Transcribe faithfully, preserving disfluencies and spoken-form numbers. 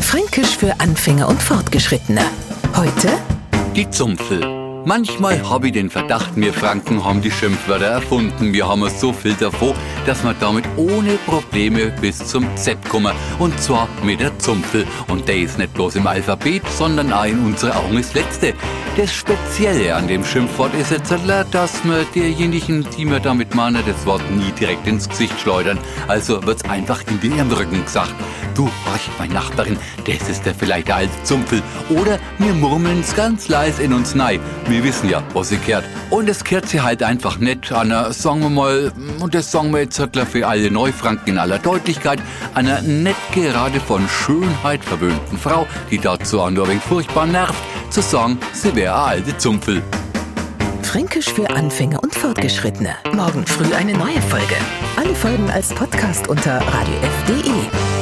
Fränkisch für Anfänger und Fortgeschrittene. Heute die Zumpfel. Manchmal habe ich den Verdacht, wir Franken haben die Schimpfwörter erfunden. Wir haben so viel davon, dass wir damit ohne Probleme bis zum Z kommen. Und zwar mit der Zumpfel. Und der ist nicht bloß im Alphabet, sondern auch in unseren Augen das Letzte. Das Spezielle an dem Schimpfwort ist jetzt, dass wir derjenigen, die wir damit meinen, das Wort nie direkt ins Gesicht schleudern. Also wird's einfach in ihrem Rücken gesagt. Du, horch, meine Nachbarin, das ist der vielleicht der alte Zumpfel. Oder wir murmeln's ganz leise in uns rein. Wir wissen ja, was sie kehrt. Und es kehrt sie halt einfach nicht an einer, sagen wir mal, und das sagen wir jetzt für alle Neufranken in aller Deutlichkeit, einer nicht gerade von Schönheit verwöhnten Frau, die dazu auch nur ein wenig furchtbar nervt, zu sagen, sie wäre eine alte Zumpfel. Fränkisch für Anfänger und Fortgeschrittene. Morgen früh eine neue Folge. Alle Folgen als Podcast unter radio f punkt de.